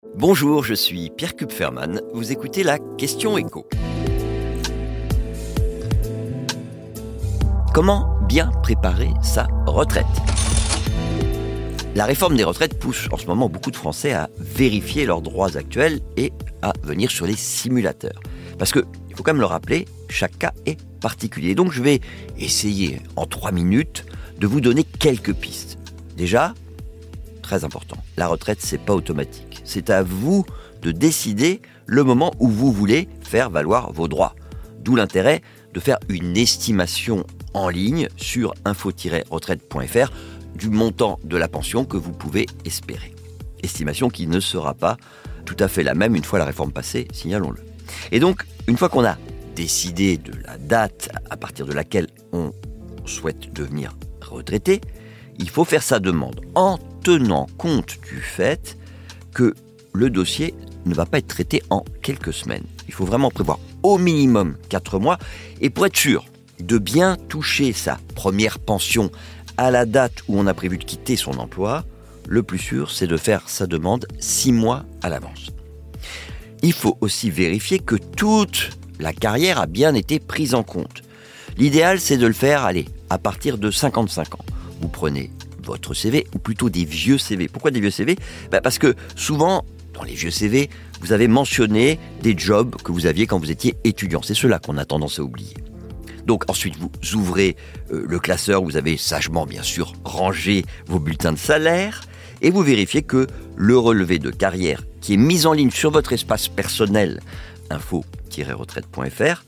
Bonjour, je suis Pierre Kupferman. Vous écoutez la Question Éco. Comment bien préparer sa retraite ? La réforme des retraites pousse en ce moment beaucoup de Français à vérifier leurs droits actuels et à venir sur les simulateurs. Parce que, il faut quand même le rappeler, chaque cas est particulier. Donc je vais essayer en 3 minutes de vous donner quelques pistes. Déjà, très important, la retraite, c'est pas automatique. C'est à vous de décider le moment où vous voulez faire valoir vos droits. D'où l'intérêt de faire une estimation en ligne sur info-retraite.fr du montant de la pension que vous pouvez espérer. Estimation qui ne sera pas tout à fait la même une fois la réforme passée, signalons-le. Et donc, une fois qu'on a décidé de la date à partir de laquelle on souhaite devenir retraité, il faut faire sa demande en tenant compte du fait que le dossier ne va pas être traité en quelques semaines. Il faut vraiment prévoir au minimum 4 mois. Et pour être sûr de bien toucher sa première pension à la date où on a prévu de quitter son emploi, le plus sûr, c'est de faire sa demande 6 mois à l'avance. Il faut aussi vérifier que toute la carrière a bien été prise en compte. L'idéal, c'est de le faire, à partir de 55 ans. Vous prenez votre CV, ou plutôt des vieux CV. Pourquoi des vieux CV ? Parce que souvent, dans les vieux CV, vous avez mentionné des jobs que vous aviez quand vous étiez étudiant. C'est cela qu'on a tendance à oublier. Donc ensuite, vous ouvrez le classeur, vous avez sagement, bien sûr, rangé vos bulletins de salaire, et vous vérifiez que le relevé de carrière qui est mis en ligne sur votre espace personnel, info-retraite.fr,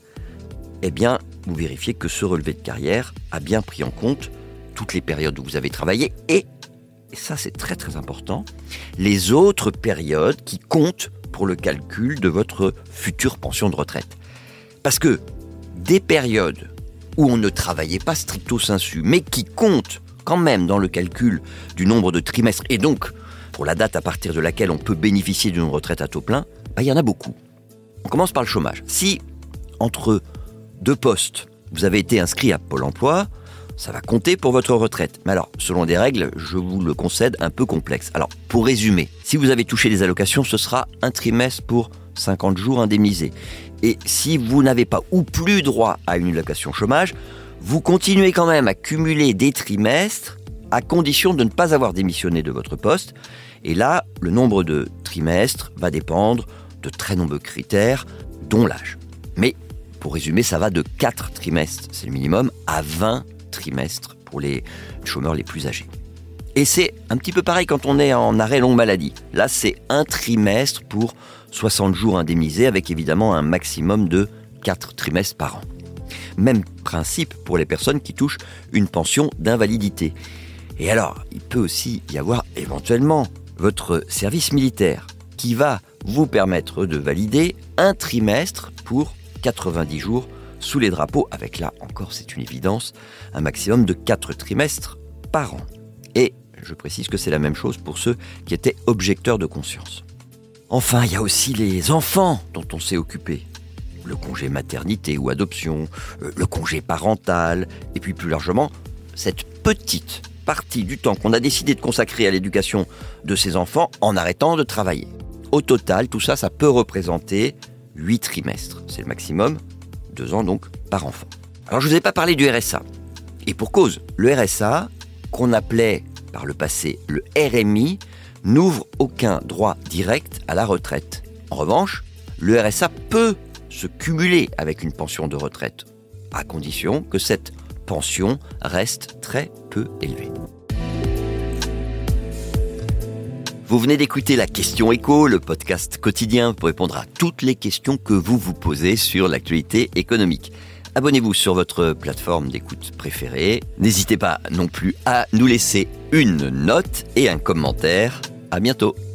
vous vérifiez que ce relevé de carrière a bien pris en compte toutes les périodes où vous avez travaillé et ça c'est très très important, les autres périodes qui comptent pour le calcul de votre future pension de retraite. Parce que des périodes où on ne travaillait pas stricto sensu, mais qui comptent quand même dans le calcul du nombre de trimestres et donc pour la date à partir de laquelle on peut bénéficier d'une retraite à taux plein, il y en a beaucoup. On commence par le chômage. Si entre 2 postes, vous avez été inscrit à Pôle emploi, ça va compter pour votre retraite. Mais alors, selon des règles, je vous le concède, un peu complexes. Alors, pour résumer, si vous avez touché les allocations, ce sera un trimestre pour 50 jours indemnisés. Et si vous n'avez pas ou plus droit à une allocation chômage, vous continuez quand même à cumuler des trimestres à condition de ne pas avoir démissionné de votre poste. Et là, le nombre de trimestres va dépendre de très nombreux critères, dont l'âge. Mais, pour résumer, ça va de 4 trimestres, c'est le minimum, à 20 trimestres pour les chômeurs les plus âgés. Et c'est un petit peu pareil quand on est en arrêt longue maladie. Là, c'est un trimestre pour 60 jours indemnisés avec évidemment un maximum de 4 trimestres par an. Même principe pour les personnes qui touchent une pension d'invalidité. Et alors, il peut aussi y avoir éventuellement votre service militaire qui va vous permettre de valider un trimestre pour 90 jours sous les drapeaux, avec là encore, c'est une évidence, un maximum de 4 trimestres par an. Et je précise que c'est la même chose pour ceux qui étaient objecteurs de conscience. Enfin, il y a aussi les enfants dont on s'est occupé. Le congé maternité ou adoption, le congé parental, et puis plus largement, cette petite partie du temps qu'on a décidé de consacrer à l'éducation de ses enfants en arrêtant de travailler. Au total, tout ça, ça peut représenter 8 trimestres. C'est le maximum, 2 ans donc par enfant. Alors je ne vous ai pas parlé du RSA. Et pour cause, le RSA, qu'on appelait par le passé le RMI, n'ouvre aucun droit direct à la retraite. En revanche, le RSA peut se cumuler avec une pension de retraite, à condition que cette pension reste très peu élevée. Vous venez d'écouter la Question Éco, le podcast quotidien pour répondre à toutes les questions que vous vous posez sur l'actualité économique. Abonnez-vous sur votre plateforme d'écoute préférée. N'hésitez pas non plus à nous laisser une note et un commentaire. À bientôt.